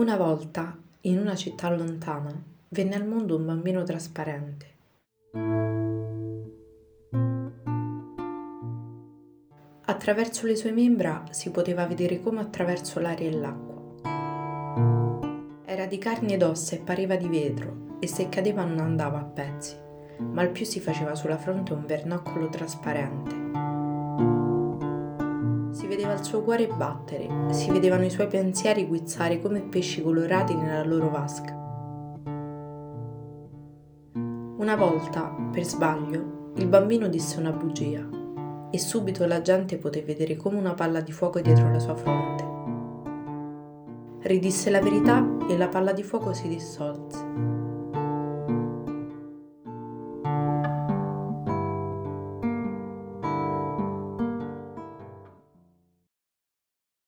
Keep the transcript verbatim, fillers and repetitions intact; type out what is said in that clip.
Una volta, in una città lontana, venne al mondo un bambino trasparente. Attraverso le sue membra si poteva vedere come attraverso l'aria e l'acqua. Era di carne ed ossa e pareva di vetro, e se cadeva non andava a pezzi, ma al più si faceva sulla fronte un vernaccolo trasparente. Si vedeva il suo cuore battere, si vedevano i suoi pensieri guizzare come pesci colorati nella loro vasca. Una volta, per sbaglio, il bambino disse una bugia e subito la gente poté vedere come una palla di fuoco dietro la sua fronte. Ridisse la verità e la palla di fuoco si dissolse.